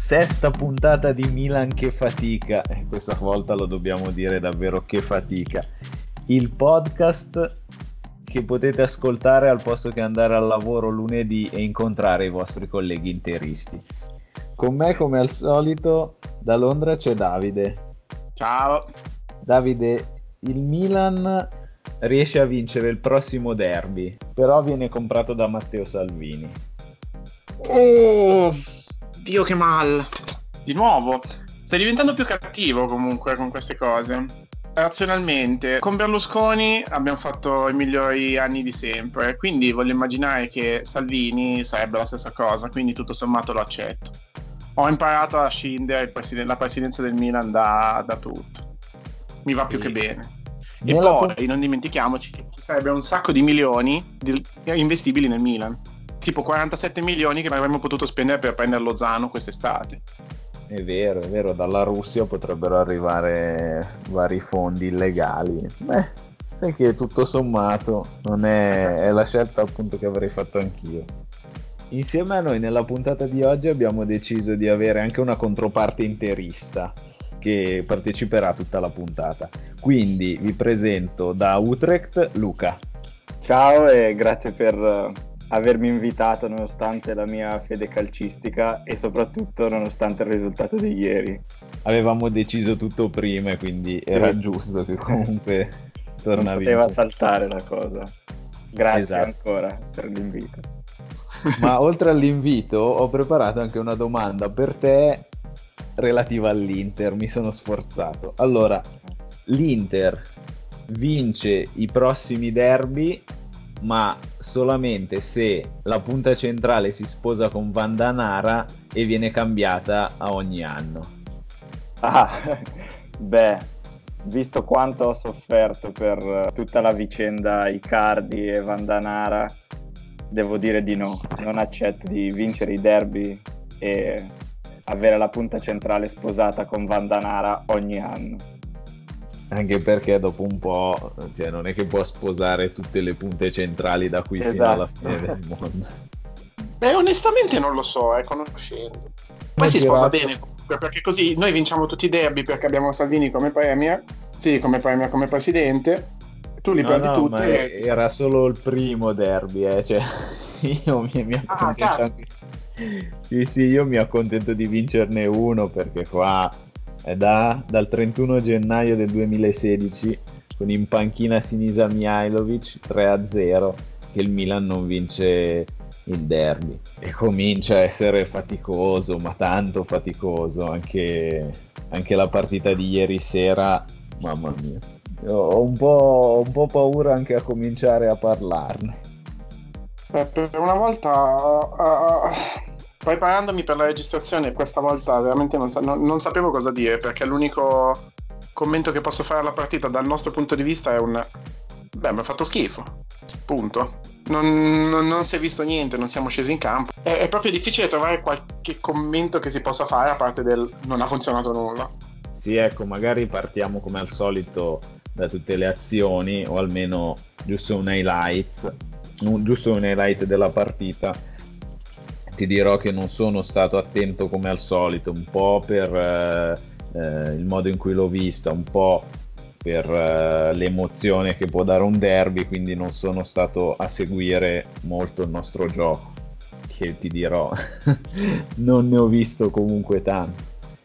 Sesta puntata di Milan che fatica, e questa volta lo dobbiamo dire davvero che fatica. Il podcast che potete ascoltare al posto che andare al lavoro lunedì e incontrare i vostri colleghi interisti. Con me, come al solito, da Londra c'è Davide. Ciao. Davide, il Milan riesce a vincere il prossimo derby, però viene comprato da Matteo Salvini. Oh, Dio che mal. Di nuovo, stai diventando più cattivo comunque con queste cose. Razionalmente, con Berlusconi abbiamo fatto i migliori anni di sempre, quindi voglio immaginare che Salvini sarebbe la stessa cosa, quindi tutto sommato lo accetto. Ho imparato a scindere la presidenza del Milan da tutto. Mi va più che bene. E poi non dimentichiamoci che ci sarebbe un sacco di milioni investibili nel Milan. Tipo 47 milioni che avremmo potuto spendere per prendere Lozano quest'estate. È vero, dalla Russia potrebbero arrivare vari fondi illegali. Beh, sai che tutto sommato non è la scelta appunto che avrei fatto anch'io. Insieme a noi nella puntata di oggi abbiamo deciso di avere anche una controparte interista che parteciperà a tutta la puntata. Quindi vi presento da Utrecht Luca. Ciao e grazie per avermi invitato nonostante la mia fede calcistica e soprattutto nonostante il risultato di ieri. Avevamo deciso tutto prima, quindi era giusto che comunque tornavi. Non poteva saltare la cosa. Grazie Esatto. ancora per l'invito. Ma oltre all'invito ho preparato anche una domanda per te relativa all'Inter, mi sono sforzato. Allora, l'Inter vince i prossimi derby, ma solamente se la punta centrale si sposa con Vandanara e viene cambiata a ogni anno. Visto quanto ho sofferto per tutta la vicenda Icardi e Vandanara, devo dire di no. Non accetto di vincere i derby e avere la punta centrale sposata con Vandanara ogni anno. Anche perché dopo un po', cioè, non è che può sposare tutte le punte centrali da qui fino alla fine del mondo. Beh, onestamente non lo so, conoscendo. Poi si sposa bene comunque, perché così noi vinciamo tutti i derby perché abbiamo Salvini come premier, come presidente, tu li perdi tutti ma era solo il primo derby, cioè io mi accontento anche. Sì, io mi accontento di vincerne uno perché qua è dal 31 gennaio del 2016 con in panchina Sinisa Mihajlovic 3-0 che il Milan non vince il derby e comincia a essere faticoso, ma tanto faticoso, anche la partita di ieri sera, mamma mia. Ho un po' paura anche a cominciare a parlarne. Per una volta, preparandomi per la registrazione, questa volta veramente non sapevo cosa dire, perché l'unico commento che posso fare alla partita dal nostro punto di vista è mi ha fatto schifo, punto. Non si è visto niente, non siamo scesi in campo. È proprio difficile trovare qualche commento che si possa fare a parte del non ha funzionato nulla. Sì, ecco, magari partiamo come al solito da tutte le azioni, o almeno giusto un highlight della partita. Ti dirò che non sono stato attento come al solito, un po' per il modo in cui l'ho vista, un po' per l'emozione che può dare un derby, quindi non sono stato a seguire molto il nostro gioco, che ti dirò, non ne ho visto comunque tanto.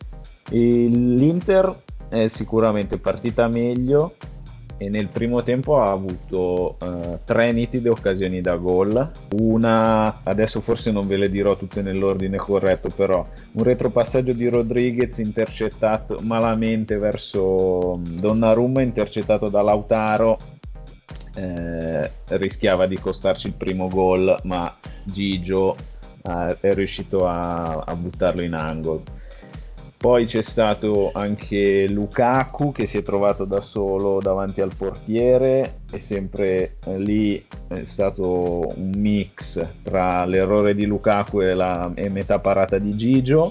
L'Inter è sicuramente partita meglio e nel primo tempo ha avuto 3 nitide occasioni da gol. Una, adesso forse non ve le dirò tutte nell'ordine corretto, però un retropassaggio di Rodriguez intercettato malamente verso Donnarumma, intercettato da Lautaro, rischiava di costarci il primo gol, ma Gigio è riuscito a buttarlo in angolo. Poi c'è stato anche Lukaku che si è trovato da solo davanti al portiere e sempre lì è stato un mix tra l'errore di Lukaku e metà parata di Gigio.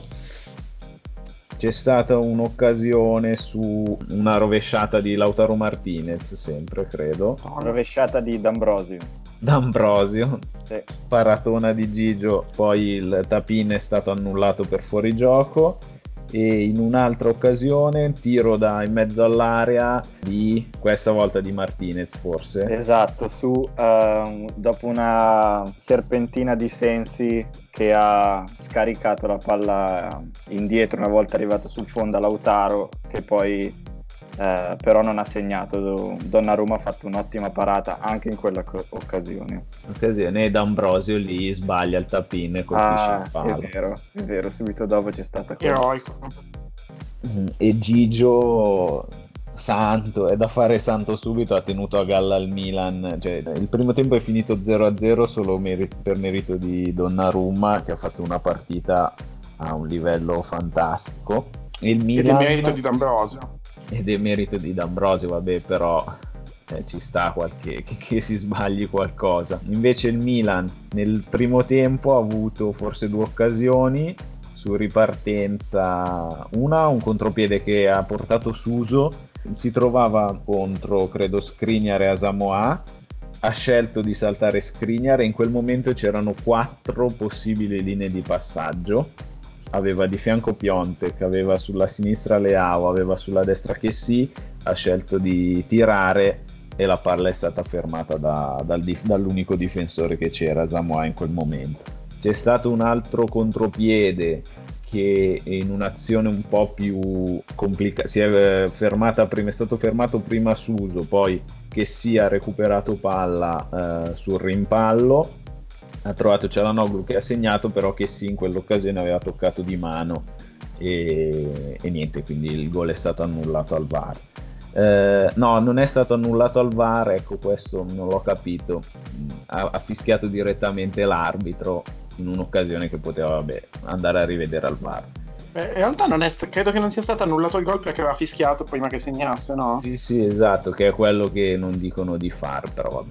C'è stata un'occasione su una rovesciata di Lautaro Martinez, sempre credo. Rovesciata di D'Ambrosio. paratona di Gigio, poi il tap-in è stato annullato per fuorigioco, e in un'altra occasione tiro da in mezzo all'area di questa volta di Martinez forse. Esatto, dopo una serpentina di Sensi che ha scaricato la palla indietro una volta arrivato sul fondo a Lautaro, che poi però non ha segnato. Donnarumma ha fatto un'ottima parata anche in quella occasione. E D'Ambrosio lì sbaglia il tap-in e colpisce il palo. È vero, subito dopo c'è stata quella. Eroico. E Gigio santo, è da fare santo subito, ha tenuto a galla il Milan, cioè, il primo tempo è finito 0-0 solo per merito di Donnarumma, che ha fatto una partita a un livello fantastico, e il Milan, ed è merito di D'Ambrosio. Ed è merito di D'Ambrosio, vabbè, però ci sta che si sbagli qualcosa. Invece il Milan nel primo tempo ha avuto forse due occasioni su ripartenza, un contropiede che ha portato Suso, si trovava contro credo Skriniar e Asamoah, ha scelto di saltare Skriniar e in quel momento c'erano 4 possibili linee di passaggio. Aveva di fianco Piontek, aveva sulla sinistra Leao, aveva sulla destra Chessy, ha scelto di tirare e la palla è stata fermata dall'unico difensore che c'era, Asamoah, in quel momento. C'è stato un altro contropiede che in un'azione un po' più complicata è stato fermato prima Suso, poi Chessy ha recuperato palla sul rimpallo, ha trovato Çalhanoğlu che ha segnato, però Chessy in quell'occasione aveva toccato di mano e niente, quindi il gol è stato annullato al VAR. No, non è stato annullato al VAR, ecco, questo non l'ho capito. Ha fischiato direttamente l'arbitro in un'occasione che poteva andare a rivedere al VAR. In realtà credo che non sia stato annullato il gol perché aveva fischiato prima che segnasse, no? Sì, esatto, che è quello che non dicono di far, però vabbè.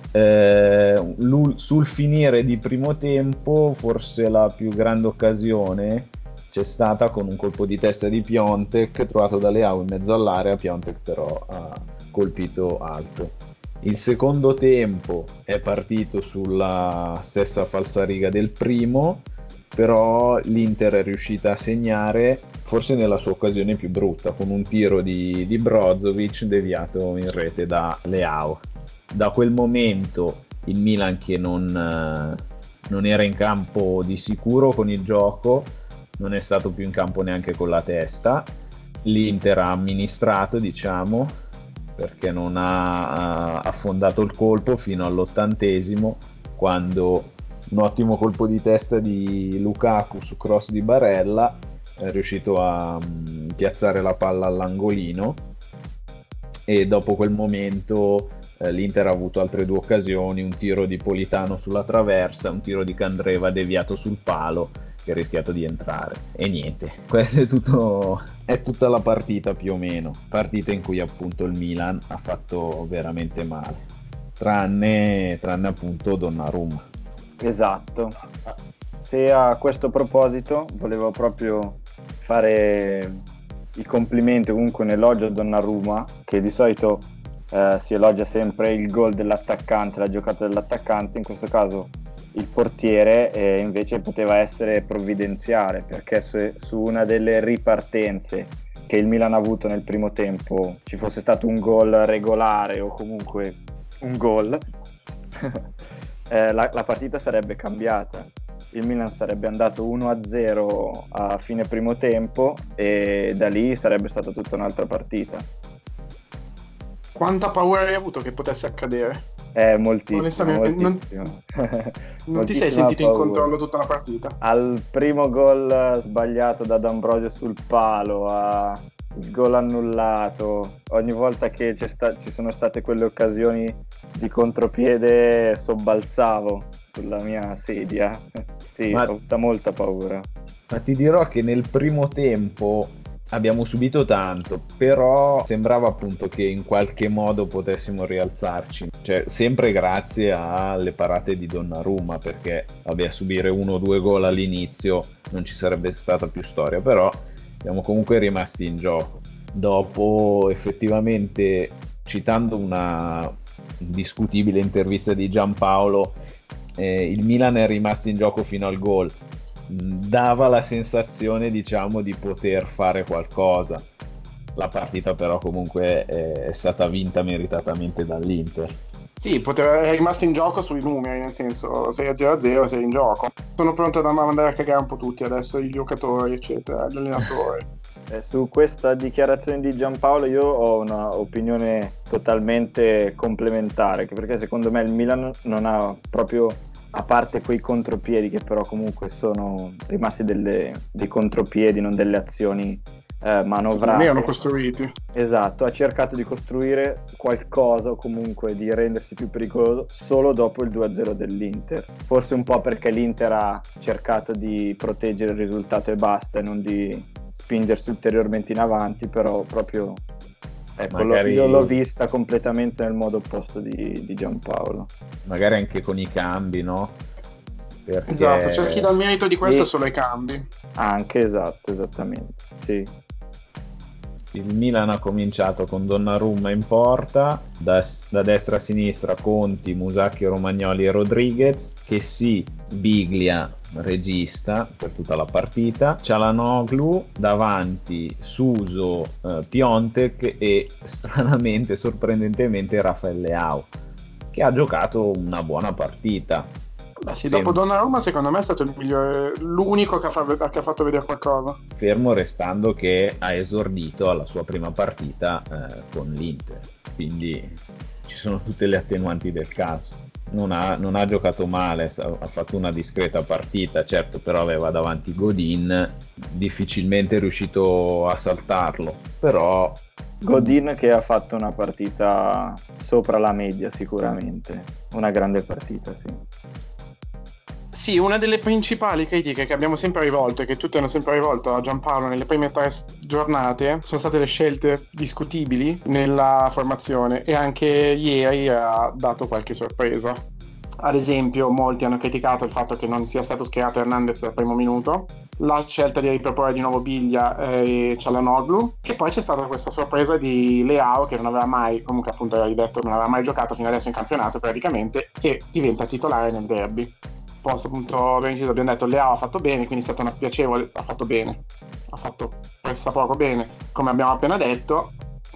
Sul finire di primo tempo, forse la più grande occasione c'è stata con un colpo di testa di Piontek trovato da Leao in mezzo all'area. Piontek però ha colpito alto. Il secondo tempo è partito sulla stessa falsariga del primo, però l'Inter è riuscita a segnare forse nella sua occasione più brutta, con un tiro di Brozovic deviato in rete da Leao. Da quel momento il Milan, che non era in campo di sicuro con il gioco, non è stato più in campo neanche con la testa. L'Inter ha amministrato, diciamo, perché non ha affondato il colpo fino all'80°, quando un ottimo colpo di testa di Lukaku su cross di Barella è riuscito a piazzare la palla all'angolino, e dopo quel momento l'Inter ha avuto altre due occasioni, un tiro di Politano sulla traversa, un tiro di Candreva deviato sul palo che ha rischiato di entrare, e niente, questo è tutta la partita più o meno, partita in cui appunto il Milan ha fatto veramente male, tranne appunto Donnarumma. Esatto. Se a questo proposito volevo proprio fare i complimenti, comunque un elogio a Donnarumma, che di solito si elogia sempre il gol dell'attaccante, la giocata dell'attaccante. In questo caso il portiere invece poteva essere provvidenziale, perché su una delle ripartenze che il Milan ha avuto nel primo tempo ci fosse stato un gol regolare o comunque un gol la partita sarebbe cambiata. Il Milan sarebbe andato 1-0 a fine primo tempo e da lì sarebbe stata tutta un'altra partita. Quanta paura hai avuto che potesse accadere? Moltissimo. Onestamente, non ti sei sentito in controllo tutta la partita? Al primo gol sbagliato da D'Ambrosio sul palo, il gol annullato, ogni volta che ci sono state quelle occasioni di contropiede sobbalzavo sulla mia sedia. Sì, ho avuto molta paura. Ma ti dirò che nel primo tempo abbiamo subito tanto, però sembrava appunto che in qualche modo potessimo rialzarci, cioè sempre grazie alle parate di Donnarumma, perché a subire 1 o 2 gol all'inizio non ci sarebbe stata più storia, però siamo comunque rimasti in gioco. Dopo, effettivamente, citando una discutibile intervista di Giampaolo, il Milan è rimasto in gioco fino al gol, dava la sensazione, diciamo, di poter fare qualcosa. La partita però comunque è stata vinta meritatamente dall'Inter. Sì, è rimasto in gioco sui numeri, nel senso 6-0, sei in gioco. Sono pronto ad andare a cagare un po' tutti adesso, i giocatori, eccetera, gli allenatori. Su questa dichiarazione di Giampaolo io ho una opinione totalmente complementare, perché secondo me il Milan non ha proprio, a parte quei contropiedi che però comunque sono rimasti dei contropiedi, non delle azioni manovrate. Non erano costruiti. Esatto, ha cercato di costruire qualcosa o comunque di rendersi più pericoloso solo dopo il 2-0 dell'Inter. Forse un po' perché l'Inter ha cercato di proteggere il risultato e basta, e non di spingersi ulteriormente in avanti, però proprio ecco, Magari... io l'ho vista completamente nel modo opposto di Giampaolo. Magari anche con i cambi, no? Perché... Esatto, c'è chi dà il merito di questo solo ai cambi. Anche, esatto, esattamente, sì. Il Milan ha cominciato con Donnarumma in porta, da destra a sinistra Conti, Musacchio, Romagnoli e Rodriguez, che sì, Biglia regista per tutta la partita, Çalhanoğlu, davanti Suso, Piontek e stranamente, sorprendentemente Rafael Leao, che ha giocato una buona partita. Beh sì, dopo Donnarumma secondo me è stato il migliore, l'unico che ha fatto vedere qualcosa. Fermo restando che ha esordito alla sua prima partita con l'Inter, quindi ci sono tutte le attenuanti del caso. Non ha giocato male, ha fatto una discreta partita, certo, però aveva davanti Godin, difficilmente è riuscito a saltarlo, però... Godin che ha fatto una partita sopra la media sicuramente, una grande partita, sì. Sì, una delle principali critiche che abbiamo sempre rivolto e che tutti hanno sempre rivolto a Giampaolo nelle prime 3 giornate sono state le scelte discutibili nella formazione, e anche ieri ha dato qualche sorpresa. Ad esempio, molti hanno criticato il fatto che non sia stato schierato Hernandez al primo minuto, la scelta di riproporre di nuovo Biglia e Çalhanoğlu, che poi c'è stata questa sorpresa di Leao che non aveva mai, comunque appunto avevi detto, non aveva mai giocato fino adesso in campionato praticamente, che diventa titolare nel derby. Posto appunto abbiamo detto Leao ha fatto bene, quindi è stata una piacevole, ha fatto bene, ha fatto pressappoco bene, come abbiamo appena detto,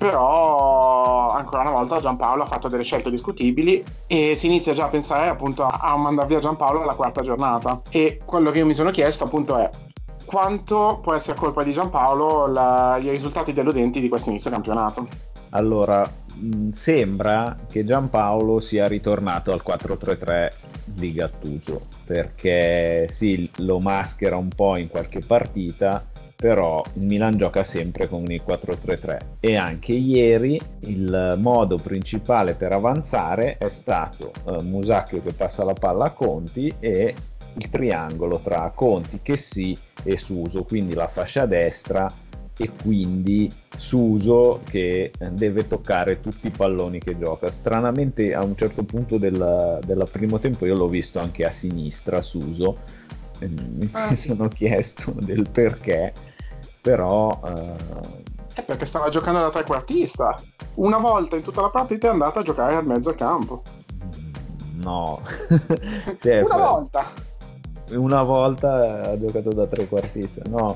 però ancora una volta Giampaolo ha fatto delle scelte discutibili e si inizia già a pensare appunto a mandare via Giampaolo alla 4ª giornata, e quello che io mi sono chiesto appunto è quanto può essere colpa di Giampaolo i risultati deludenti di questo inizio campionato. Allora, sembra che Giampaolo sia ritornato al 4-3-3 di Gattuso, perché sì, lo maschera un po' in qualche partita, però il Milan gioca sempre con il 4-3-3 e anche ieri il modo principale per avanzare è stato Musacchio che passa la palla a Conti e il triangolo tra Conti, Chessy e Suso, quindi la fascia destra e quindi Suso che deve toccare tutti i palloni che gioca. Stranamente a un certo punto del primo tempo io l'ho visto anche a sinistra Suso, mi sono chiesto del perché, però È perché stava giocando da trequartista. Una volta in tutta la partita è andata a giocare al mezzo campo. No, cioè, una volta ha giocato da trequartista, no.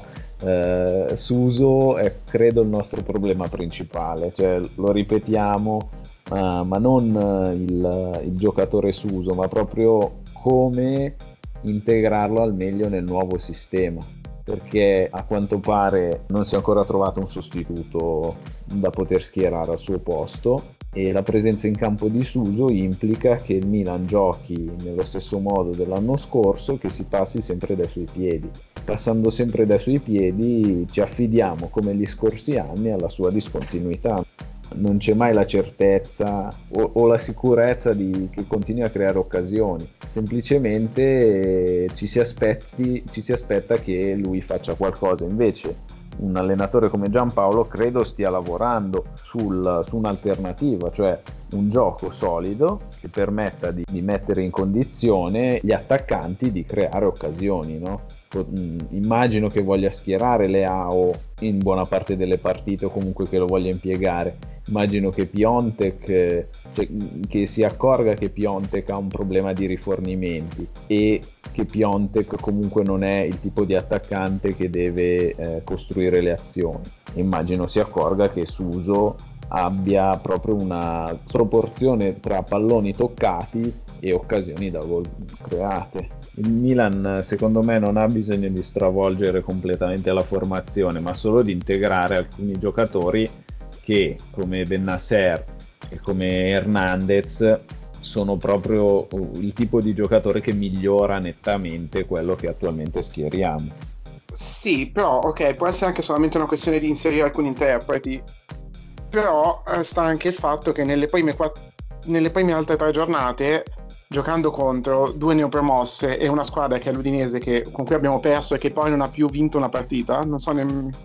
Suso è credo il nostro problema principale, cioè lo ripetiamo, ma non il giocatore Suso, ma proprio come integrarlo al meglio nel nuovo sistema, perché a quanto pare non si è ancora trovato un sostituto da poter schierare al suo posto, e la presenza in campo di Suso implica che il Milan giochi nello stesso modo dell'anno scorso, che si passi sempre dai suoi piedi. Passando sempre dai suoi piedi ci affidiamo come gli scorsi anni alla sua discontinuità. Non c'è mai la certezza o la sicurezza che continui a creare occasioni, semplicemente ci si aspetta che lui faccia qualcosa. Invece un allenatore come Giampaolo credo stia lavorando su un'alternativa, cioè un gioco solido che permetta di mettere in condizione gli attaccanti di creare occasioni, no? Immagino che voglia schierare Leao in buona parte delle partite o comunque che lo voglia impiegare, Immagino che Piontek, cioè, che si accorga che Piontek ha un problema di rifornimenti e che Piontek comunque non è il tipo di attaccante che deve costruire le azioni. Immagino si accorga che Suso abbia proprio una sproporzione tra palloni toccati e occasioni da gol create. Il Milan secondo me non ha bisogno di stravolgere completamente la formazione, ma solo di integrare alcuni giocatori che, come Bennacer e come Hernandez, sono proprio il tipo di giocatore che migliora nettamente quello che attualmente schieriamo. Sì, però ok, può essere anche solamente una questione di inserire alcuni interpreti, però sta anche il fatto che nelle prime altre 3 giornate, giocando contro 2 neopromosse e una squadra che è l'Udinese, con cui abbiamo perso e che poi non ha più vinto una partita, non so,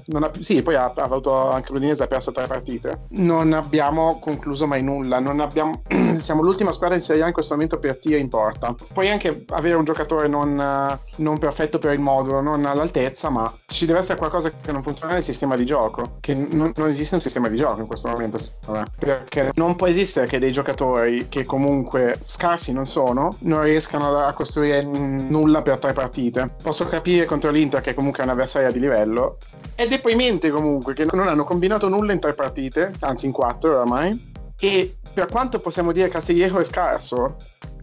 sì, poi ha avuto anche l'Udinese, ha perso 3 partite, non abbiamo concluso mai nulla, siamo l'ultima squadra in Serie A in questo momento per tiro in porta. Puoi anche avere un giocatore non perfetto per il modulo, non all'altezza, ma ci deve essere qualcosa che non funziona nel sistema di gioco, che non esiste un sistema di gioco in questo momento, perché non può esistere che dei giocatori che comunque scarsi non riescano a costruire nulla per 3 partite. Posso capire contro l'Inter, che comunque è un'avversaria di livello, è deprimente comunque che non hanno combinato nulla in 3 partite, anzi in 4 oramai, e per quanto possiamo dire che Castillejo è scarso,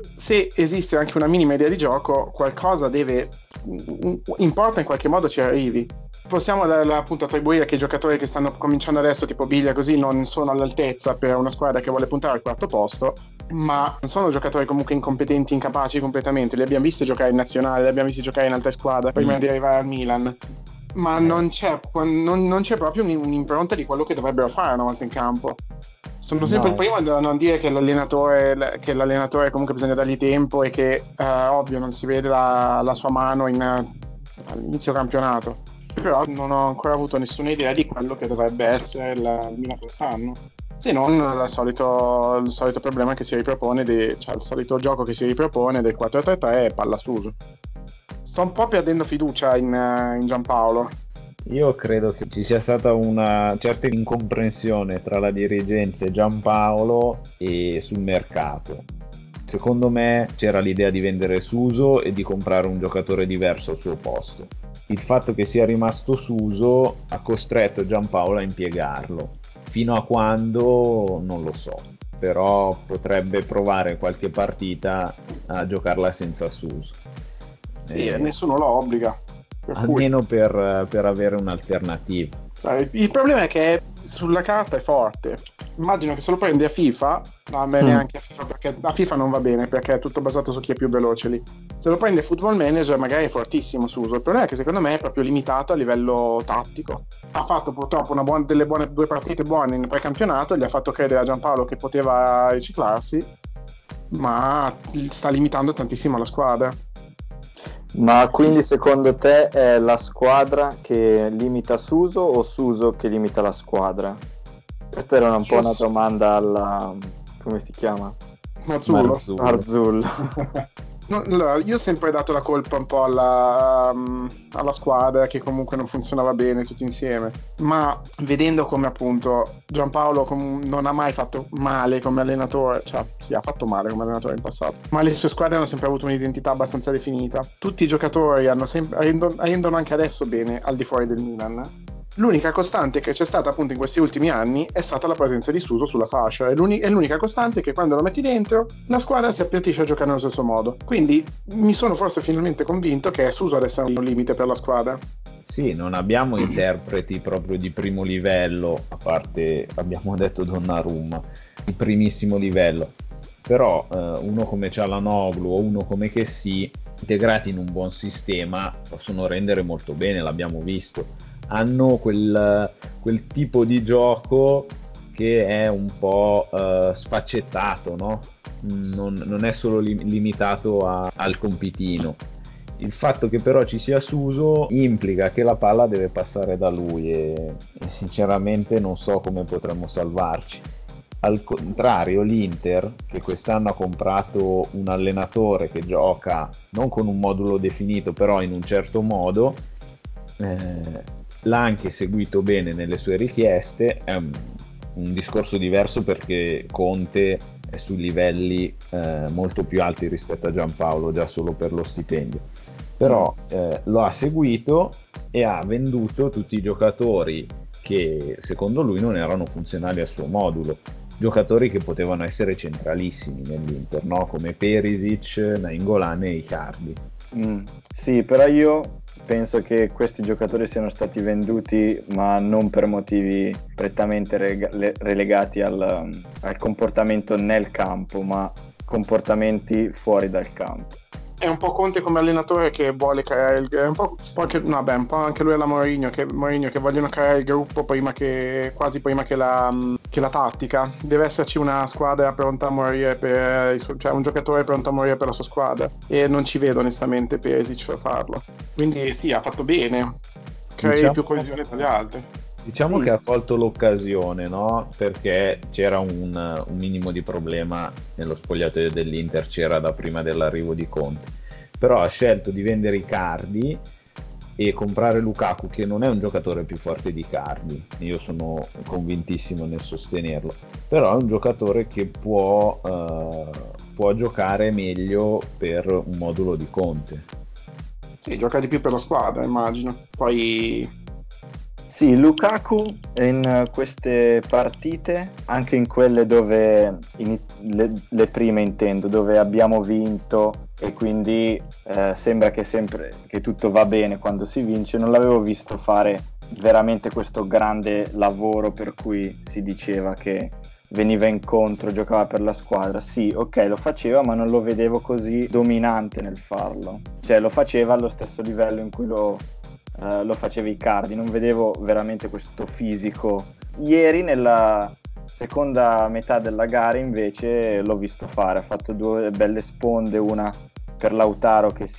se esiste anche una minima idea di gioco, qualcosa importa in qualche modo ci arrivi. Possiamo appunto attribuire che i giocatori che stanno cominciando adesso, tipo Biglia così, non sono all'altezza per una squadra che vuole puntare al 4º posto, ma non sono giocatori comunque incompetenti, incapaci completamente. Li abbiamo visti giocare in nazionale, li abbiamo visti giocare in altre squadre prima di arrivare al Milan, ma non c'è proprio un'impronta di quello che dovrebbero fare una volta in campo. Sono sempre il primo a non dire che l'allenatore comunque bisogna dargli tempo e che ovvio non si vede la sua mano all'inizio campionato, però non ho ancora avuto nessuna idea di quello che dovrebbe essere il Milan quest'anno, se non il solito problema che si ripropone, cioè il solito gioco che si ripropone del 4-3-3 e palla Suso. Sto un po' perdendo fiducia in Giampaolo. Io credo che ci sia stata una certa incomprensione tra la dirigenza e Giampaolo e sul mercato. Secondo me c'era l'idea di vendere Suso e di comprare un giocatore diverso al suo posto. Il fatto che sia rimasto Suso ha costretto Giampaolo a impiegarlo. Fino a quando non lo so, però potrebbe provare qualche partita a giocarla senza Suso. Sì, nessuno lo obbliga. Almeno per avere un'alternativa. Il problema è che sulla carta è forte. Immagino che se lo prendi a FIFA, non va bene anche a FIFA, perché a FIFA non va bene perché è tutto basato su chi è più veloce lì. Se lo prende Football Manager magari è fortissimo su uso. Il problema è che secondo me è proprio limitato a livello tattico. Ha fatto purtroppo delle buone 2 partite buone in precampionato, gli ha fatto credere a Giampaolo che poteva riciclarsi, ma sta limitando tantissimo la squadra. Ma quindi secondo te è la squadra che limita Suso o Suso che limita la squadra? Questa era un po' una domanda alla... come si chiama? Marzullo. No, allora, io ho sempre dato la colpa un po' alla squadra che comunque non funzionava bene tutti insieme, ma vedendo come appunto Giampaolo non ha mai fatto male come allenatore, cioè sì, ha fatto male come allenatore in passato, ma le sue squadre hanno sempre avuto un'identità abbastanza definita, tutti i giocatori rendono anche adesso bene al di fuori del Milan. L'unica costante che c'è stata appunto in questi ultimi anni è stata la presenza di Suso sulla fascia, è l'unica costante che quando lo metti dentro la squadra si appiattisce a giocare nello stesso modo. Quindi mi sono forse finalmente convinto che è Suso ad essere un limite per la squadra. Sì, non abbiamo interpreti proprio di primo livello, a parte abbiamo detto Donnarumma, di primissimo livello. Però uno come Çalhanoğlu o uno come Kessie, integrati in un buon sistema, possono rendere molto bene, l'abbiamo visto. Hanno quel tipo di gioco che è un po' sfaccettato, no? Non è solo limitato al compitino. Il fatto che però ci sia Suso implica che la palla deve passare da lui e sinceramente non so come potremmo salvarci. Al contrario, l'Inter, che quest'anno ha comprato un allenatore che gioca non con un modulo definito, però in un certo modo, l'ha anche seguito bene nelle sue richieste, un discorso diverso perché Conte è su livelli molto più alti rispetto a Giampaolo, già solo per lo stipendio. Però lo ha seguito e ha venduto tutti i giocatori che secondo lui non erano funzionali al suo modulo, giocatori che potevano essere centralissimi nell'Inter, no? Come Perisic, Nainggolan e Icardi. Sì, però io penso che questi giocatori siano stati venduti, ma non per motivi prettamente relegati al comportamento nel campo, ma comportamenti fuori dal campo. È un po' Conte come allenatore che vuole creare un po' anche, no, beh, un po' anche lui alla Mourinho che vogliono creare il gruppo quasi prima che la tattica. Deve esserci una squadra pronta a morire cioè un giocatore pronto a morire per la sua squadra, e non ci vedo onestamente Perisic per farlo. Quindi sì, ha fatto bene, crei più coesione tra gli altri. Diciamo che ha colto l'occasione, no? Perché c'era un minimo di problema nello spogliatoio dell'Inter, c'era da prima dell'arrivo di Conte. Però ha scelto di vendere Icardi e comprare Lukaku, che non è un giocatore più forte di Icardi. Io sono convintissimo nel sostenerlo. Però è un giocatore che può giocare meglio per un modulo di Conte. Sì, gioca di più per la squadra, immagino. Poi Sì, Lukaku in queste partite, anche in quelle dove le prime intendo, dove abbiamo vinto e quindi sembra che tutto va bene quando si vince, non l'avevo visto fare veramente questo grande lavoro per cui si diceva che veniva incontro, giocava per la squadra. Sì, ok, lo faceva, ma non lo vedevo così dominante nel farlo. Cioè lo faceva allo stesso livello in cui lo faceva Icardi, non vedevo veramente questo fisico. Ieri nella seconda metà della gara invece l'ho visto fare, ha fatto due belle sponde, una per Lautaro che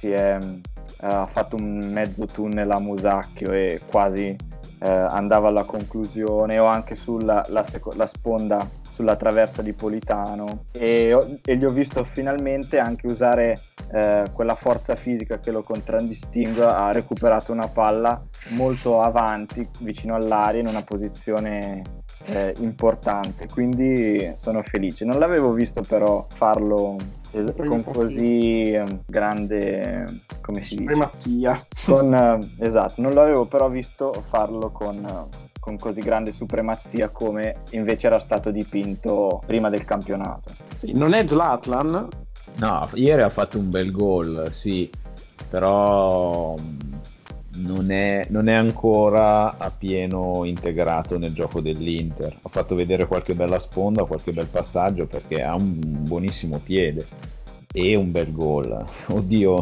ha fatto un mezzo tunnel a Musacchio e quasi andava alla conclusione, o anche sulla la sponda sulla traversa di Politano, e gli ho visto finalmente anche usare quella forza fisica che lo contraddistingue. Ha recuperato una palla molto avanti, vicino all'aria, in una posizione importante, quindi sono felice. Non l'avevo visto però farlo con così grande, come si dice? Supremazia. Esatto, non l'avevo però visto farlo con così grande supremazia come invece era stato dipinto prima del campionato. Sì, non è Zlatan. No, ieri ha fatto un bel gol, sì, però non è ancora a pieno integrato nel gioco dell'Inter. Ha fatto vedere qualche bella sponda, qualche bel passaggio perché ha un buonissimo piede e un bel gol. Oddio,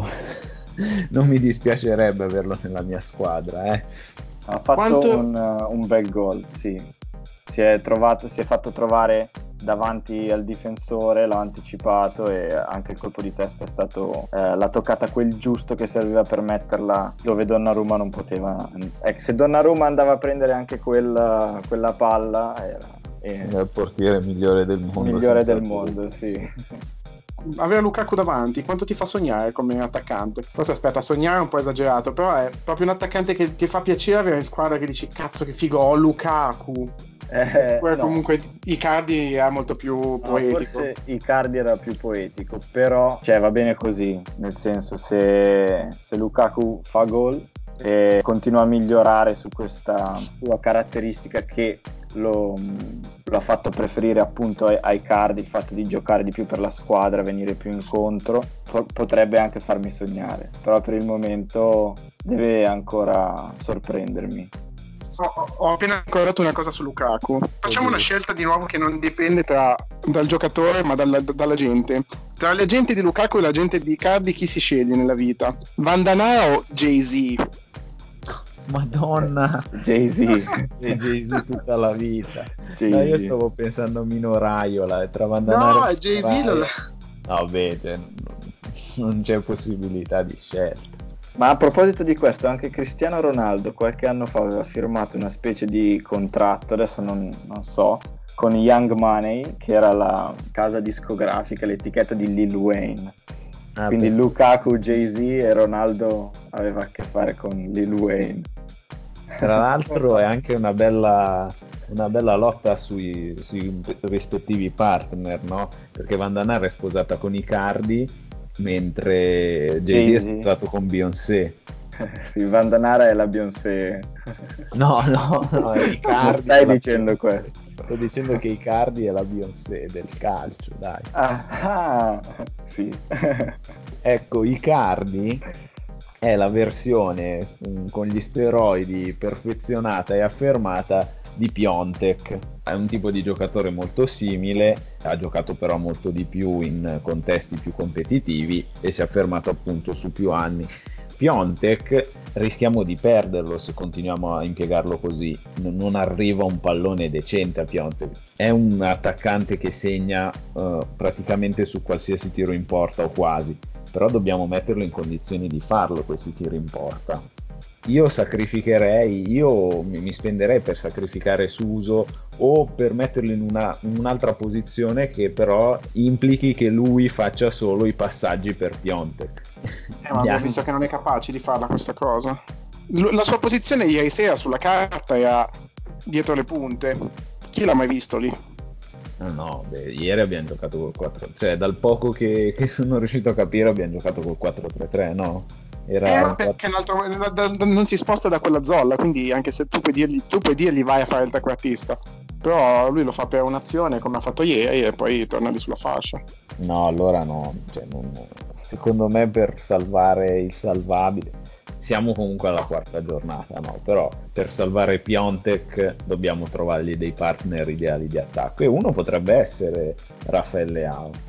non mi dispiacerebbe averlo nella mia squadra, eh. Ha fatto un bel gol, sì. Si è fatto trovare davanti al difensore, l'ha anticipato e anche il colpo di testa è stato l'ha toccata quel giusto che serviva per metterla dove Donnarumma non poteva. Se Donnarumma andava a prendere anche quella palla era Il portiere migliore del mondo. Migliore del mondo, sì. Avere Lukaku davanti, quanto ti fa sognare come attaccante? Forse aspetta, sognare è un po' esagerato, però è proprio un attaccante che ti fa piacere avere in squadra, che dici cazzo che figo, ho Lukaku. No. Comunque Icardi è molto più poetico. Forse Icardi era più poetico, però va bene così, nel senso se Lukaku fa gol e continua a migliorare su questa sua caratteristica che lo ha fatto preferire appunto a Icardi, il fatto di giocare di più per la squadra, venire più incontro, potrebbe anche farmi sognare, però per il momento deve ancora sorprendermi. Ho appena ricordato una cosa su Lukaku. Facciamo una scelta di nuovo che non dipende dal giocatore ma dalla gente. Tra la gente di Lukaku e la gente di Icardi, chi si sceglie nella vita? Vandanara o Jay-Z? Madonna, Jay-Z tutta la vita. Jay-Z. No, io stavo pensando a Mino Raiola tra No, Vandanara e Jay-Z no, vede, non c'è possibilità di scelta. Ma a proposito di questo, anche Cristiano Ronaldo qualche anno fa aveva firmato una specie di contratto, adesso non so, con Young Money, che era la casa discografica, l'etichetta di Lil Wayne. Quindi Lukaku, Jay-Z e Ronaldo aveva a che fare con Lil Wayne. Tra l'altro è anche una bella una bella lotta sui rispettivi partner, no? Perché Vandanara è sposata con Icardi, mentre Jay-Z è Jay-Z. sposato con Beyoncé. Sì, Vandanara è la Beyoncé. No, è Icardi. Non stai è la dicendo Beyoncé. questo. Sto dicendo che Icardi è la Beyoncé del calcio, dai. Ah, sì. Ecco, Icardi è la versione con gli steroidi perfezionata e affermata di Piontek. È un tipo di giocatore molto simile, ha giocato però molto di più in contesti più competitivi e si è affermato appunto su più anni. Piontek rischiamo di perderlo se continuiamo a impiegarlo così, non arriva un pallone decente a Piontek. È un attaccante che segna praticamente su qualsiasi tiro in porta o quasi, però dobbiamo metterlo in condizioni di farlo questi tiri in porta. Io mi spenderei per sacrificare Suso o per metterlo in un'altra posizione che però implichi che lui faccia solo i passaggi per Piontek. Ma abbiamo visto che non è capace di farla questa cosa. La sua posizione ieri sera sulla carta era dietro le punte. Chi l'ha mai visto lì? No, ieri abbiamo giocato col 4, cioè dal poco che sono riuscito a capire abbiamo giocato col 4-3-3, no? Era Ma un 4. perché non si sposta da quella zolla, quindi anche se tu puoi dirgli vai a fare il trequartista, però lui lo fa per un'azione come ha fatto ieri e poi torna lì sulla fascia. No, allora no, cioè, secondo me per salvare il salvabile, siamo comunque alla quarta giornata, no? Però per salvare Piontek dobbiamo trovargli dei partner ideali di attacco e uno potrebbe essere Rafael Leao.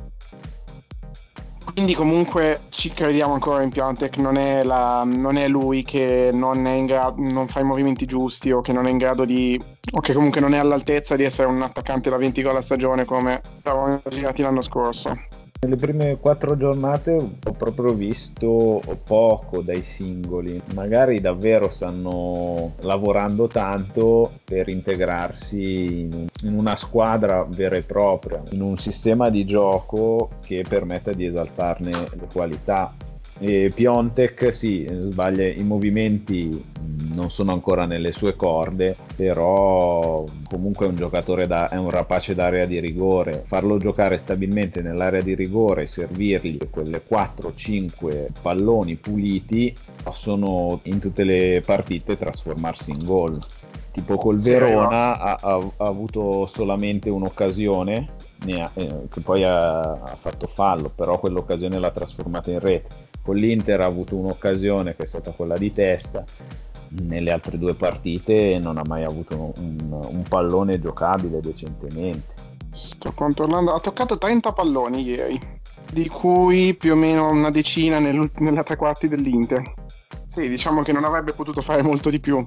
Quindi comunque ci crediamo ancora in Piontek, non è lui che non è in grado, non fa i movimenti giusti o che non è in grado o che comunque non è all'altezza di essere un attaccante da 20 gol a stagione come eravamo immaginati l'anno scorso. Nelle prime 4 giornate ho proprio visto poco dai singoli, magari davvero stanno lavorando tanto per integrarsi in una squadra vera e propria, in un sistema di gioco che permetta di esaltarne le qualità. E Piontek sì, sbaglia i movimenti, non sono ancora nelle sue corde, però comunque è un giocatore è un rapace d'area di rigore. Farlo giocare stabilmente nell'area di rigore, servirgli quelle 4-5 palloni puliti, possono in tutte le partite trasformarsi in gol. Tipo col Sì, arriva. Verona ha avuto solamente un'occasione che poi ha fatto fallo, però quell'occasione l'ha trasformata in rete. Con l'Inter ha avuto un'occasione che è stata quella di testa, nelle altre due partite non ha mai avuto un pallone giocabile decentemente. Sto controllando, ha toccato 30 palloni ieri, di cui più o meno una decina nella tre quarti dell'Inter. Sì, diciamo che non avrebbe potuto fare molto di più.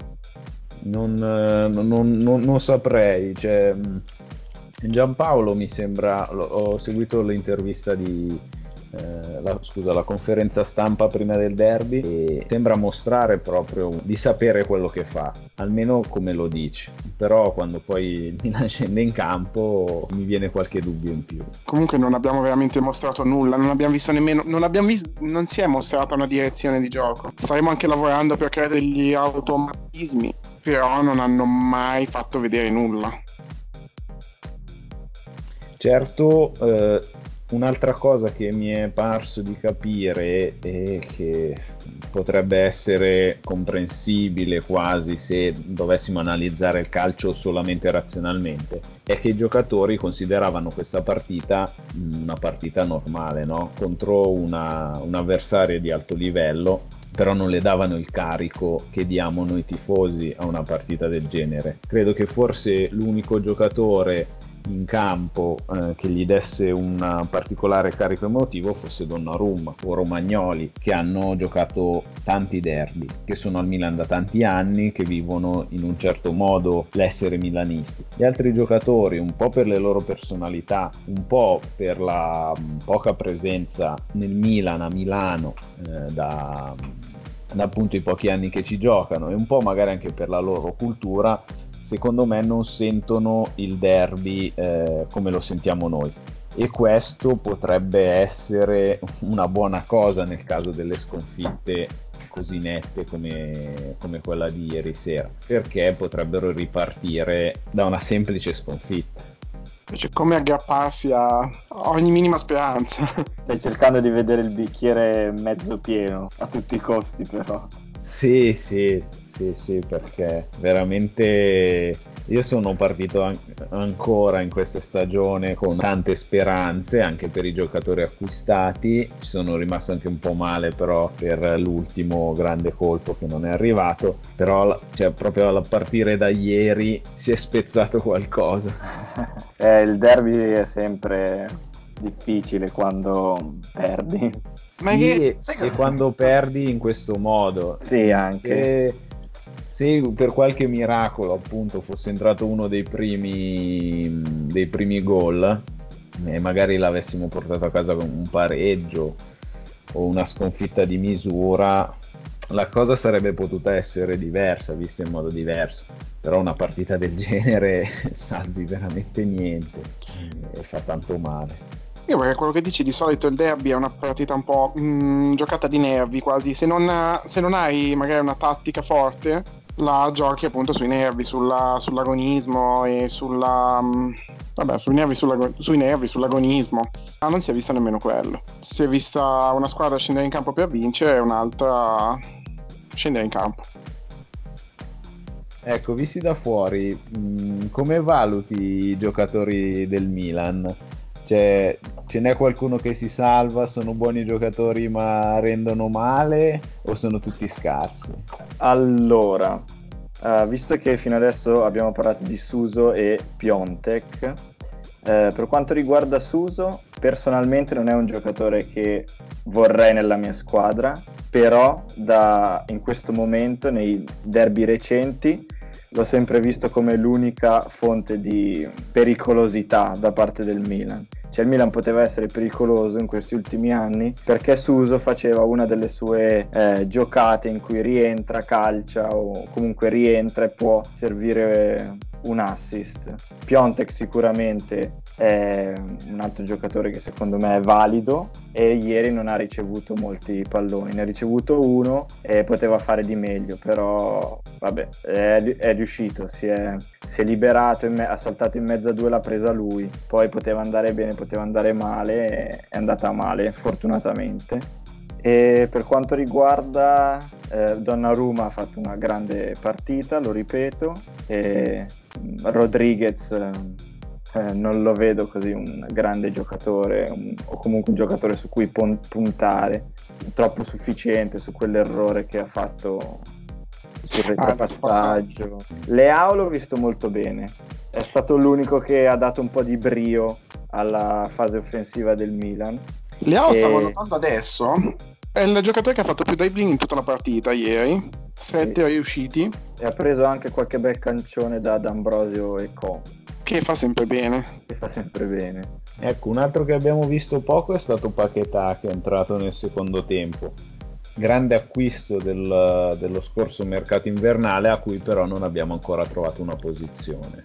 Non saprei, cioè, Giampaolo mi sembra, ho seguito l'intervista la conferenza stampa prima del derby e sembra mostrare proprio di sapere quello che fa, almeno come lo dice, però quando poi il Milan scende in campo mi viene qualche dubbio in più. Comunque non abbiamo veramente mostrato nulla, non abbiamo visto nemmeno, non si è mostrata una direzione di gioco. Staremo anche lavorando per creare degli automatismi, però non hanno mai fatto vedere nulla. Certo, un'altra cosa che mi è parso di capire e che potrebbe essere comprensibile quasi se dovessimo analizzare il calcio solamente razionalmente, è che i giocatori consideravano questa partita una partita normale, no? Contro un avversario di alto livello, però non le davano il carico che diamo noi tifosi a una partita del genere. Credo che forse l'unico giocatore in campo che gli desse un particolare carico emotivo fosse Donnarumma o Romagnoli, che hanno giocato tanti derby, che sono al Milan da tanti anni, che vivono in un certo modo l'essere milanisti. Gli altri giocatori, un po' per le loro personalità, un po' per la poca presenza nel Milan a Milano da appunto i pochi anni che ci giocano e un po' magari anche per la loro cultura, secondo me non sentono il derby come lo sentiamo noi, e questo potrebbe essere una buona cosa nel caso delle sconfitte così nette come quella di ieri sera, perché potrebbero ripartire da una semplice sconfitta. Invece come aggrapparsi a ogni minima speranza. Stai cercando di vedere il bicchiere mezzo pieno a tutti i costi, però. Sì, perché veramente io sono partito ancora in questa stagione con tante speranze anche per i giocatori acquistati. Ci sono rimasto anche un po' male però per l'ultimo grande colpo che non è arrivato, però cioè, proprio a partire da ieri si è spezzato qualcosa. Il derby è sempre difficile quando perdi. Ma Sì, che... e quando perdi in questo modo, Sì, anche. se per qualche miracolo appunto fosse entrato uno dei primi gol e magari l'avessimo portato a casa con un pareggio o una sconfitta di misura, la cosa sarebbe potuta essere diversa, vista in modo diverso. Però una partita del genere salvi veramente niente e fa tanto male. Io perché quello che dici di solito il derby è una partita un po' giocata di nervi quasi, se non hai magari una tattica forte, la giochi appunto sui nervi, sull'agonismo e vabbè, sui nervi, sull'agonismo. Ma non si è visto nemmeno quello. Si è vista una squadra scendere in campo per vincere e un'altra scendere in campo. Ecco, visti da fuori, come valuti i giocatori del Milan? Cioè, ce n'è qualcuno che si salva, sono buoni giocatori ma rendono male o sono tutti scarsi? Allora, visto che fino adesso abbiamo parlato di Suso e Piontek, per quanto riguarda Suso, personalmente non è un giocatore che vorrei nella mia squadra, però in questo momento, nei derby recenti, l'ho sempre visto come l'unica fonte di pericolosità da parte del Milan. Cioè il Milan poteva essere pericoloso in questi ultimi anni perché Suso faceva una delle sue giocate in cui rientra, calcia o comunque rientra e può servire un assist. Piontek sicuramente è un altro giocatore che secondo me è valido e ieri non ha ricevuto molti palloni, ne ha ricevuto uno e poteva fare di meglio, però vabbè, è riuscito, si è liberato, ha saltato in mezzo a due, l'ha presa lui, poi poteva andare bene, poteva andare male, è andata male fortunatamente. E per quanto riguarda Donnarumma ha fatto una grande partita, lo ripeto, e Rodriguez non lo vedo così un grande giocatore o comunque un giocatore su cui puntare, troppo sufficiente su quell'errore che ha fatto sul retropassaggio. Leao l'ho visto molto bene, è stato l'unico che ha dato un po' di brio alla fase offensiva del Milan. Leao stavo notando adesso, è il giocatore che ha fatto più dribbling in tutta la partita ieri, 7 riusciti. E ha preso anche qualche bel cancione da D'Ambrosio e Co. Che fa sempre bene. Ecco, un altro che abbiamo visto poco è stato Paquetá, che è entrato nel secondo tempo. Grande acquisto dello scorso mercato invernale, a cui però non abbiamo ancora trovato una posizione.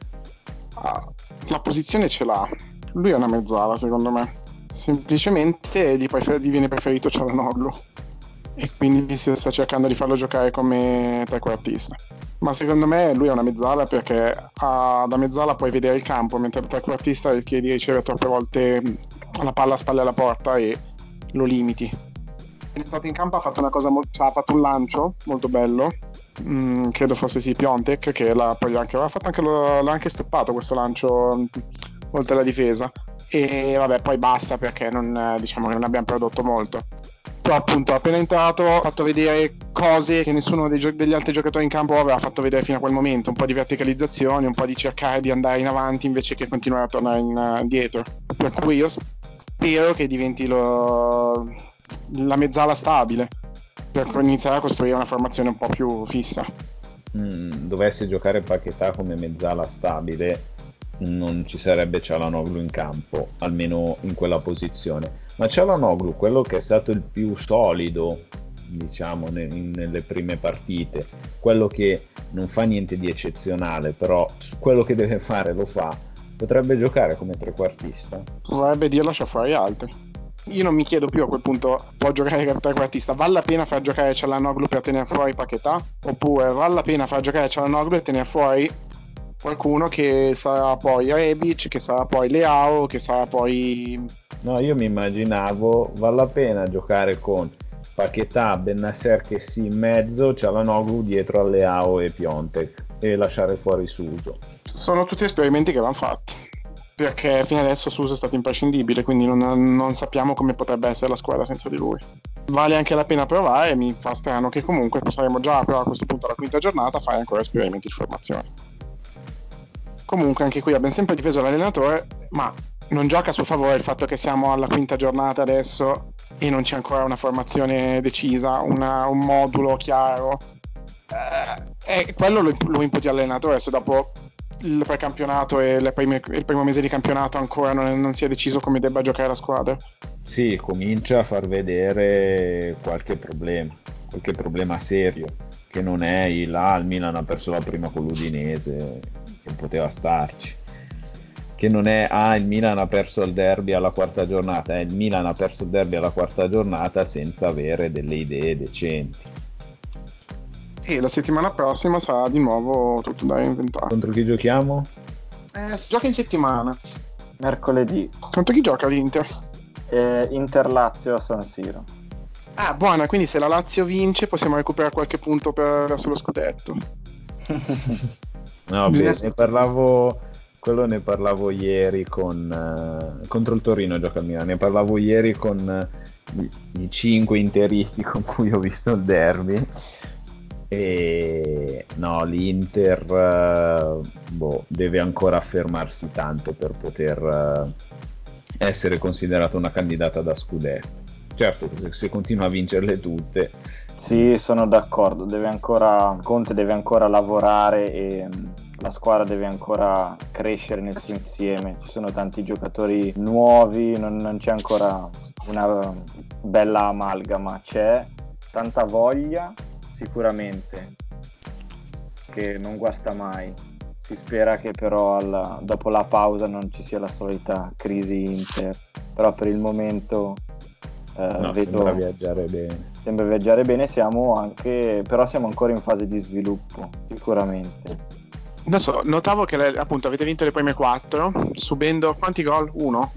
La posizione ce l'ha, lui è una mezzala secondo me, semplicemente gli viene preferito Çalhanoğlu e quindi si sta cercando di farlo giocare come trequartista, ma secondo me lui è una mezzala perché da mezzala puoi vedere il campo, mentre il trequartista rischi di ricevere troppe volte la palla a spalle alla porta e lo limiti. È entrato in campo, ha fatto una cosa ha fatto un lancio molto bello, credo fosse Piontek che l'ha anche stoppato questo lancio oltre la difesa, e vabbè poi basta perché diciamo che non abbiamo prodotto molto. Però appunto appena entrato ha fatto vedere cose che nessuno degli altri giocatori in campo aveva fatto vedere fino a quel momento, un po' di verticalizzazione, un po' di cercare di andare in avanti invece che continuare a tornare indietro, per cui io spero che diventi la mezzala stabile per iniziare a costruire una formazione un po' più fissa. Dovesse giocare Paquetá come mezzala stabile, non ci sarebbe Çalhanoğlu in campo, almeno in quella posizione. Ma Çalhanoğlu, quello che è stato il più solido, diciamo, nelle prime partite, quello che non fa niente di eccezionale, però quello che deve fare lo fa, potrebbe giocare come trequartista. Vorrebbe dire lascia fuori altri. io non mi chiedo più a quel punto, può giocare il trequartista, vale la pena far giocare Çalhanoğlu per tenere fuori Paquetá, oppure vale la pena far giocare Çalhanoğlu e tenere fuori qualcuno che sarà poi Rebic, che sarà poi Leao, che sarà poi... No, io mi immaginavo, vale la pena giocare con Paquetá, Bennacer che sì in mezzo, Çalhanoğlu dietro a Leao e Piontek e lasciare fuori Suso. Sono tutti esperimenti che vanno fatti, perché fino adesso Suso è stato imprescindibile, quindi non sappiamo come potrebbe essere la squadra senza di lui. Vale anche la pena provare, mi fa strano che comunque saremo già però a questo punto alla quinta giornata a fare ancora esperimenti di formazione. Comunque anche qui abbiamo sempre difeso l'allenatore, ma non gioca a suo favore il fatto che siamo alla quinta giornata adesso e non c'è ancora una formazione decisa, un modulo chiaro. E quello lo imputi all'allenatore, se dopo il precampionato e il primo mese di campionato ancora non si è deciso come debba giocare la squadra. Sì, comincia a far vedere qualche problema serio, che non è il Milan ha perso la prima con l'Udinese, che poteva starci, che non è il Milan ha perso il derby alla quarta giornata, il Milan ha perso il derby alla quarta giornata senza avere delle idee decenti. E la settimana prossima sarà di nuovo tutto da reinventare. Contro chi giochiamo? Si gioca in settimana. Mercoledì. Contro chi gioca l'Inter? Inter-Lazio a San Siro. Ah, buona, quindi se la Lazio vince possiamo recuperare qualche punto verso lo scudetto. No, beh, ne parlavo ieri contro il Torino gioca il Milan, ne parlavo ieri con i 5 interisti con cui ho visto il derby. E no, l'Inter deve ancora affermarsi tanto per poter essere considerata una candidata da scudetto. Certo, se continua a vincerle tutte. Sì, sono d'accordo, Conte deve ancora lavorare e la squadra deve ancora crescere nel suo insieme. Ci sono tanti giocatori nuovi, non c'è ancora una bella amalgama, c'è tanta voglia sicuramente, che non guasta mai. Si spera che però dopo la pausa non ci sia la solita crisi Inter, però per il momento sembra viaggiare bene. Sembra viaggiare bene, però siamo ancora in fase di sviluppo, sicuramente. Adesso notavo che appunto avete vinto le prime 4, subendo quanti gol? 1?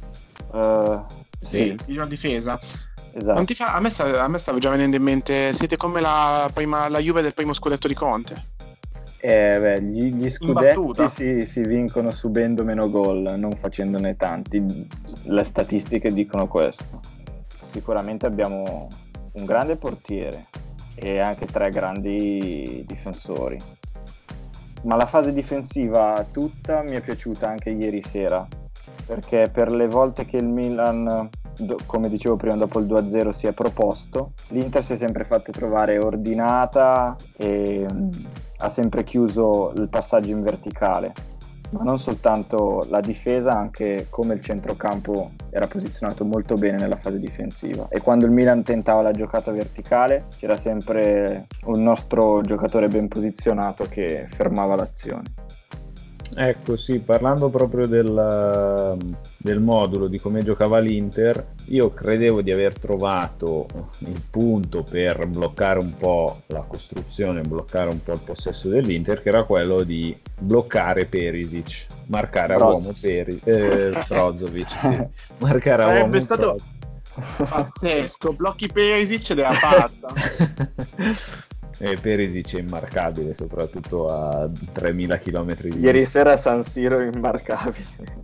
Sì, in difesa. Esatto. A me stava già venendo in mente, siete come la Juve del primo scudetto di Conte. Gli scudetti si vincono subendo meno gol, non facendone tanti. Le statistiche dicono questo. Sicuramente abbiamo un grande portiere e anche 3 grandi difensori. Ma la fase difensiva tutta mi è piaciuta anche ieri sera, perché per le volte che il Milan, come dicevo prima, dopo il 2-0 si è proposto, l'Inter si è sempre fatto trovare ordinata e ha sempre chiuso il passaggio in verticale. Ma non soltanto la difesa, anche come il centrocampo era posizionato molto bene nella fase difensiva, e quando il Milan tentava la giocata verticale c'era sempre un nostro giocatore ben posizionato che fermava l'azione. Ecco, sì, parlando proprio del modulo, di come giocava l'Inter, io credevo di aver trovato il punto per bloccare un po' la costruzione, bloccare un po' il possesso dell'Inter, che era quello di bloccare Perisic, marcare a uomo Brozovic, sì. Marcare a uomo stato pazzesco, blocchi Perisic ed è fatta. E Perisic è immarcabile, soprattutto a 3000 km di Ieri sera a San Siro è immarcabile.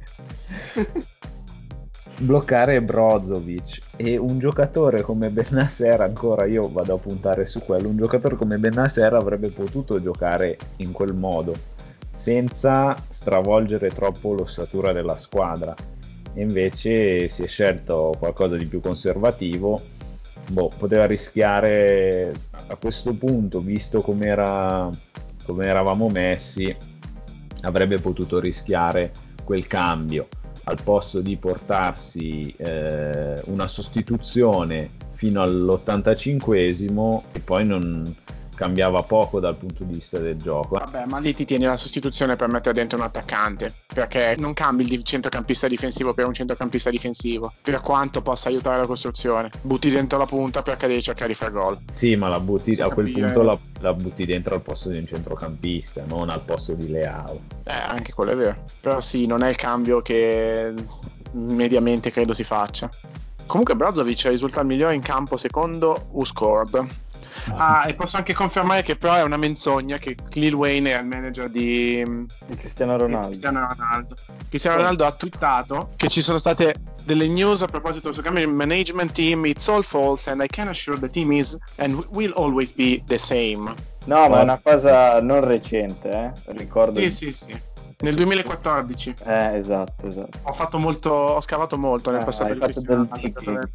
Bloccare Brozovic e un giocatore come Bennacer, ancora io vado a puntare su quello, un giocatore come Bennacer avrebbe potuto giocare in quel modo senza stravolgere troppo l'ossatura della squadra, e invece si è scelto qualcosa di più conservativo. Poteva rischiare a questo punto, visto come eravamo messi, avrebbe potuto rischiare quel cambio al posto di portarsi una sostituzione fino all'85esimo e poi non cambiava poco dal punto di vista del gioco. Vabbè, ma lì ti tieni la sostituzione per mettere dentro un attaccante, perché non cambi il centrocampista difensivo per un centrocampista difensivo, per quanto possa aiutare la costruzione. Butti dentro la punta perché devi cercare di fare gol. Sì, ma a quel punto la butti dentro al posto di un centrocampista, non al posto di Leao. Anche quello è vero. Però sì, non è il cambio che mediamente credo si faccia. Comunque Brozovic risulta il migliore in campo secondo WhoScored. E posso anche confermare che però è una menzogna che Lil Wayne è il manager di Cristiano Ronaldo. Cristiano Ronaldo ha twittato che ci sono state delle news a proposito del suo cambio di management team. It's all false and I can assure the team is and will always be the same. No, ma è una cosa non recente, ricordo. Sì. Nel 2014. Esatto. Ho scavato molto nel passato di Cristiano Ronaldo.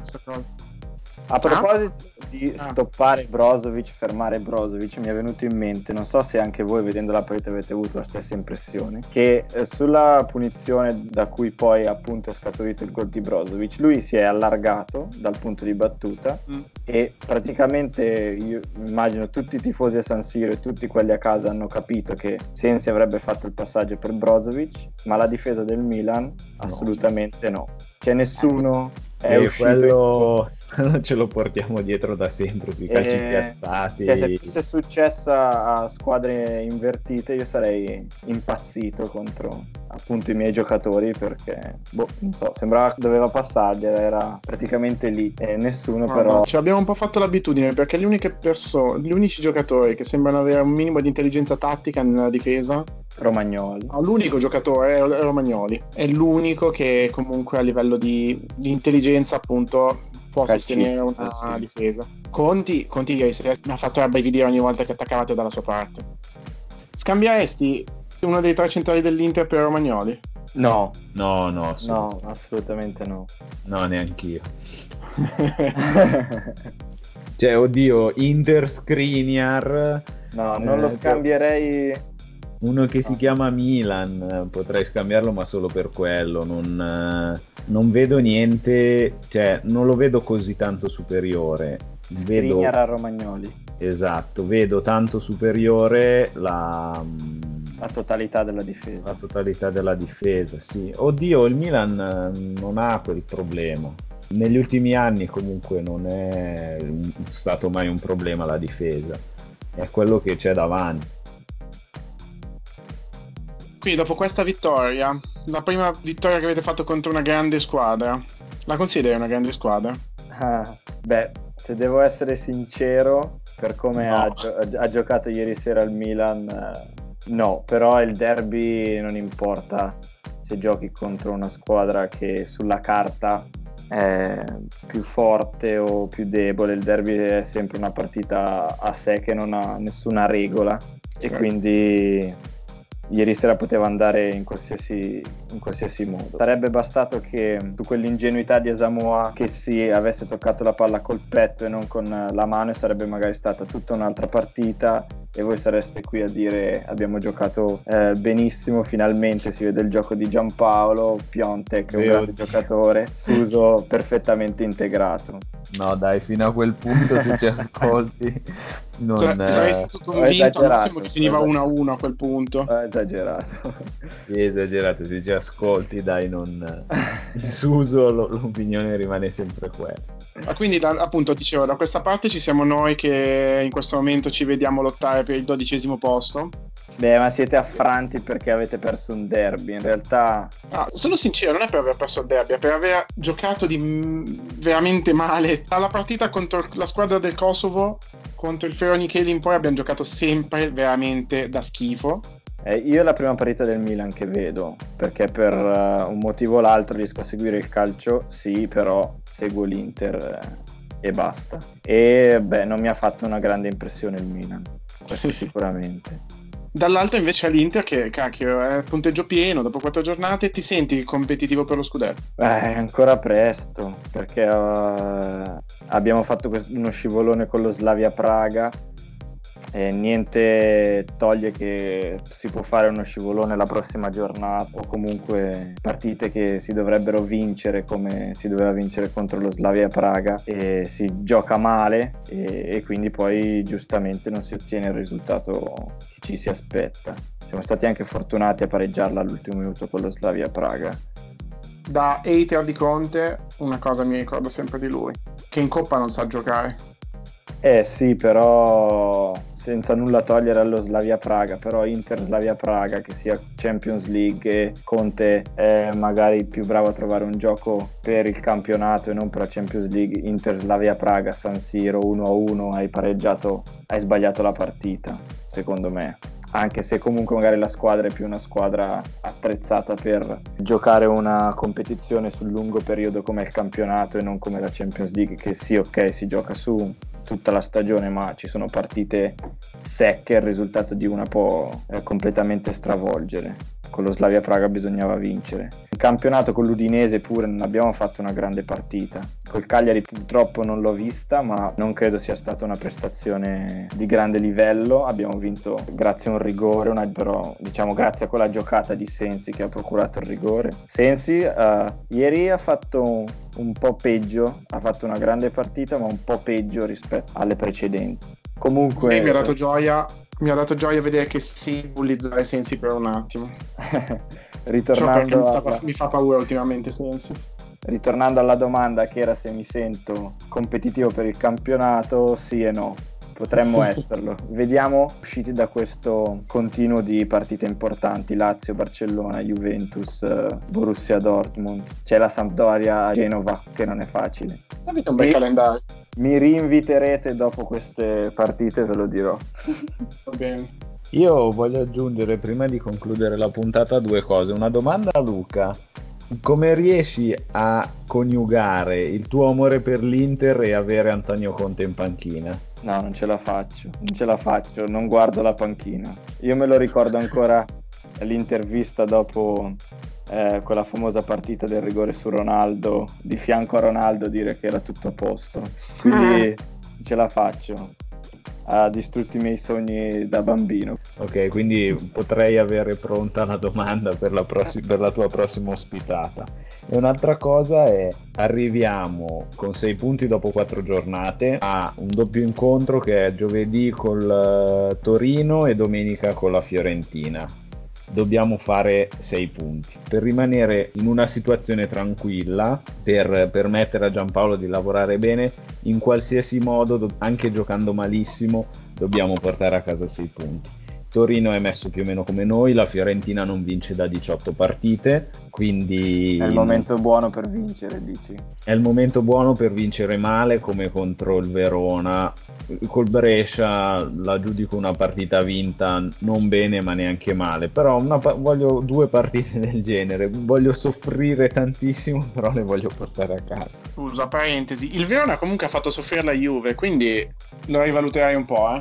A proposito di stoppare Brozovic, fermare Brozovic, mi è venuto in mente, non so se anche voi vedendo la partita avete avuto la stessa impressione, che sulla punizione da cui poi appunto è scaturito il gol di Brozovic, lui si è allargato dal punto di battuta e praticamente io immagino tutti i tifosi a San Siro e tutti quelli a casa hanno capito che Sensi avrebbe fatto il passaggio per Brozovic, ma la difesa del Milan assolutamente no. C'è nessuno è uscito. Quello ce lo portiamo dietro da sempre sui calci piazzati. Se fosse successa a squadre invertite io sarei impazzito contro appunto i miei giocatori, perché non so, sembrava che doveva passargli, era praticamente lì e nessuno però. Ci abbiamo un po' fatto l'abitudine, perché gli unici giocatori che sembrano avere un minimo di intelligenza tattica nella difesa, Romagnoli. L'unico giocatore è Romagnoli, è l'unico che comunque a livello di intelligenza appunto può sostenere una difesa. Conti ieri sera mi ha fatto rabbrividire ogni volta che attaccavate dalla sua parte. Scambieresti uno dei tre centrali dell'Inter per Romagnoli? No, assolutamente no. No, neanch'io. Cioè, oddio, Inter Skriniar. No, non lo scambierei. Uno che si chiama Milan, potrei scambiarlo, ma solo per quello. Non vedo niente, cioè non lo vedo così tanto superiore. Skriniar a Romagnoli. Esatto, vedo tanto superiore la totalità della difesa. La totalità della difesa, sì. Oddio, il Milan non ha quel problema. Negli ultimi anni comunque non è stato mai un problema la difesa. È quello che c'è davanti. Quindi dopo questa vittoria, la prima vittoria che avete fatto contro una grande squadra, la consideri una grande squadra? Se devo essere sincero, per come ha giocato ieri sera il Milan, no, però il derby non importa se giochi contro una squadra che sulla carta è più forte o più debole, il derby è sempre una partita a sé che non ha nessuna regola, e quindi ieri sera poteva andare in qualsiasi modo. Sarebbe bastato che su quell'ingenuità di Asamoah che si avesse toccato la palla col petto e non con la mano, e sarebbe magari stata tutta un'altra partita e voi sareste qui a dire abbiamo giocato benissimo, finalmente si vede il gioco di Giampaolo, Piontek è un grande giocatore, Suso perfettamente integrato. No dai, fino a quel punto se ci ascolti sarei stato convinto al massimo che finiva 1-1 a quel punto. Ho esagerato. Sì, esagerato, se ci ascolti dai, non Suso l'opinione rimane sempre quella. Ma quindi appunto dicevo, da questa parte ci siamo noi che in questo momento ci vediamo lottare per il 12° posto. Ma siete affranti perché avete perso un derby, in realtà. Sono sincero, non è per aver perso il derby, è per aver giocato veramente male. Alla partita contro la squadra del Kosovo, contro il Feronikeli in poi abbiamo giocato sempre veramente da schifo. Io è la prima partita del Milan che vedo, perché per un motivo o l'altro riesco a seguire il calcio, sì, però seguo l'Inter e basta. E non mi ha fatto una grande impressione il Milan, questo sicuramente. Dall'altra invece l'Inter che, cacchio, è punteggio pieno, dopo 4 giornate ti senti competitivo per lo scudetto? È ancora presto, perché abbiamo fatto uno scivolone con lo Slavia Praga, Niente toglie che si può fare uno scivolone la prossima giornata, o comunque partite che si dovrebbero vincere come si doveva vincere contro lo Slavia Praga, e si gioca male e quindi poi giustamente non si ottiene il risultato che ci si aspetta. Siamo stati anche fortunati a pareggiarla all'ultimo minuto con lo Slavia Praga. Da hater di Conte, una cosa mi ricordo sempre di lui, che in Coppa non sa giocare. Sì, però senza nulla togliere allo Slavia Praga, però Inter Slavia Praga, che sia Champions League, Conte è magari più bravo a trovare un gioco per il campionato e non per la Champions League. Inter Slavia Praga, San Siro 1-1, hai sbagliato la partita, secondo me. Anche se comunque magari la squadra è più una squadra attrezzata per giocare una competizione sul lungo periodo come il campionato e non come la Champions League, che sì, ok, si gioca su tutta la stagione, ma ci sono partite secche, il risultato di una può completamente stravolgere. Con lo Slavia Praga bisognava vincere. In campionato con l'Udinese pure non abbiamo fatto una grande partita. Col Cagliari purtroppo non l'ho vista, ma non credo sia stata una prestazione di grande livello. Abbiamo vinto grazie a un rigore, però diciamo grazie a quella giocata di Sensi che ha procurato il rigore. Sensi ieri ha fatto un po' peggio, ha fatto una grande partita ma un po' peggio rispetto alle precedenti. Comunque mi ha dato gioia vedere che si bullizzare Sensi per un attimo. Ritornando perché mi fa paura ultimamente Sensi. Ritornando alla domanda che era se mi sento competitivo per il campionato, sì e no. Potremmo esserlo. Vediamo, usciti da questo continuo di partite importanti, Lazio, Barcellona, Juventus, Borussia Dortmund, c'è la Sampdoria a Genova che non è facile. Avete un bel calendario. Mi rinviterete dopo queste partite, ve lo dirò. Va bene. Io voglio aggiungere, prima di concludere la puntata, due cose. Una domanda a Luca. Come riesci a coniugare il tuo amore per l'Inter e avere Antonio Conte in panchina? No, non ce la faccio, non guardo la panchina. Io me lo ricordo ancora l'intervista dopo quella famosa partita del rigore su Ronaldo, di fianco a Ronaldo dire che era tutto a posto. Quindi ce la faccio. Ha distrutto i miei sogni da bambino. Ok, quindi potrei avere pronta la domanda per la tua prossima ospitata. E un'altra cosa è, arriviamo con 6 punti dopo 4 giornate a un doppio incontro che è giovedì col Torino e domenica con la Fiorentina. Dobbiamo fare 6 punti per rimanere in una situazione tranquilla, per permettere a Giampaolo di lavorare bene. In qualsiasi modo, anche giocando malissimo, dobbiamo portare a casa 6 punti. Torino è messo più o meno come noi, la Fiorentina non vince da 18 partite, quindi È il momento buono per vincere, dici? È il momento buono per vincere male, come contro il Verona. Col Brescia la giudico una partita vinta non bene ma neanche male, però voglio 2 partite del genere, voglio soffrire tantissimo, però le voglio portare a casa. Scusa, parentesi, il Verona comunque ha fatto soffrire la Juve, quindi lo rivaluterai un po',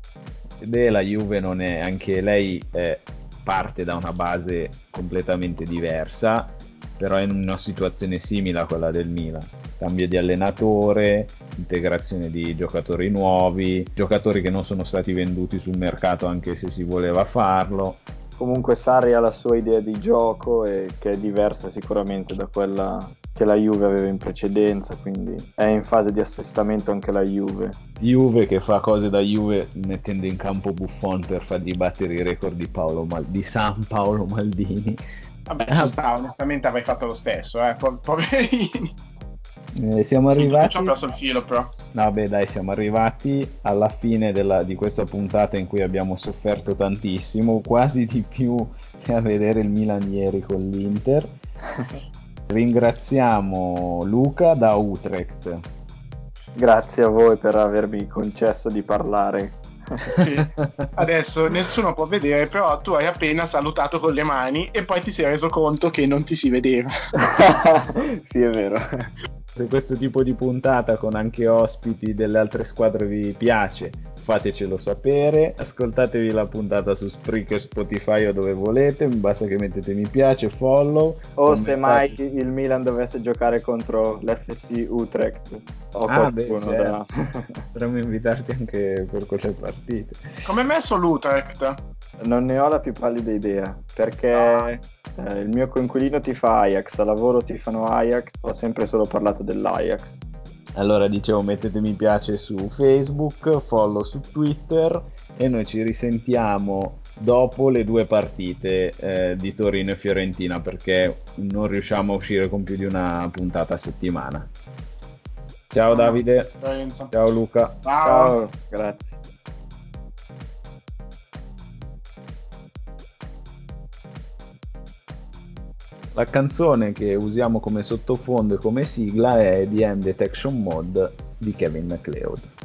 Beh, la Juve non è, anche lei parte da una base completamente diversa, però è in una situazione simile a quella del Milan. Cambio di allenatore, integrazione di giocatori nuovi, giocatori che non sono stati venduti sul mercato anche se si voleva farlo. Comunque Sarri ha la sua idea di gioco e che è diversa sicuramente da quella che la Juve aveva in precedenza, quindi è in fase di assestamento anche la Juve. Juve che fa cose da Juve mettendo in campo Buffon per fargli battere i record di San Paolo Maldini. Vabbè, ci sta, onestamente avrei fatto lo stesso, poverini. Siamo arrivati. Ci ho perso il filo, però. Vabbè, dai, siamo arrivati alla fine di questa puntata in cui abbiamo sofferto tantissimo, quasi di più che a vedere il Milan ieri con l'Inter. Ringraziamo Luca da Utrecht. Grazie a voi per avermi concesso di parlare. Sì. Adesso nessuno può vedere, però tu hai appena salutato con le mani e poi ti sei reso conto che non ti si vedeva. Sì, è vero. Se questo tipo di puntata con anche ospiti delle altre squadre vi piace, fatecelo sapere. Ascoltatevi la puntata su Spreaker, Spotify o dove volete, basta che mettete mi piace, follow. O se mai il Milan dovesse giocare contro l'FC Utrecht o qualcuno certo. Potremmo invitarti anche per quelle partite. Come è messo l'Utrecht? Non ne ho la più pallida idea, perché il mio coinquilino tifa Ajax, a lavoro tifano Ajax, ho sempre solo parlato dell'Ajax. Allora dicevo, mettete mi piace su Facebook, follow su Twitter e noi ci risentiamo dopo le 2 partite di Torino e Fiorentina, perché non riusciamo a uscire con più di una puntata a settimana. Ciao Davide. Ciao Luca. Ciao, grazie. La canzone che usiamo come sottofondo e come sigla è The End Detection Mode di Kevin MacLeod.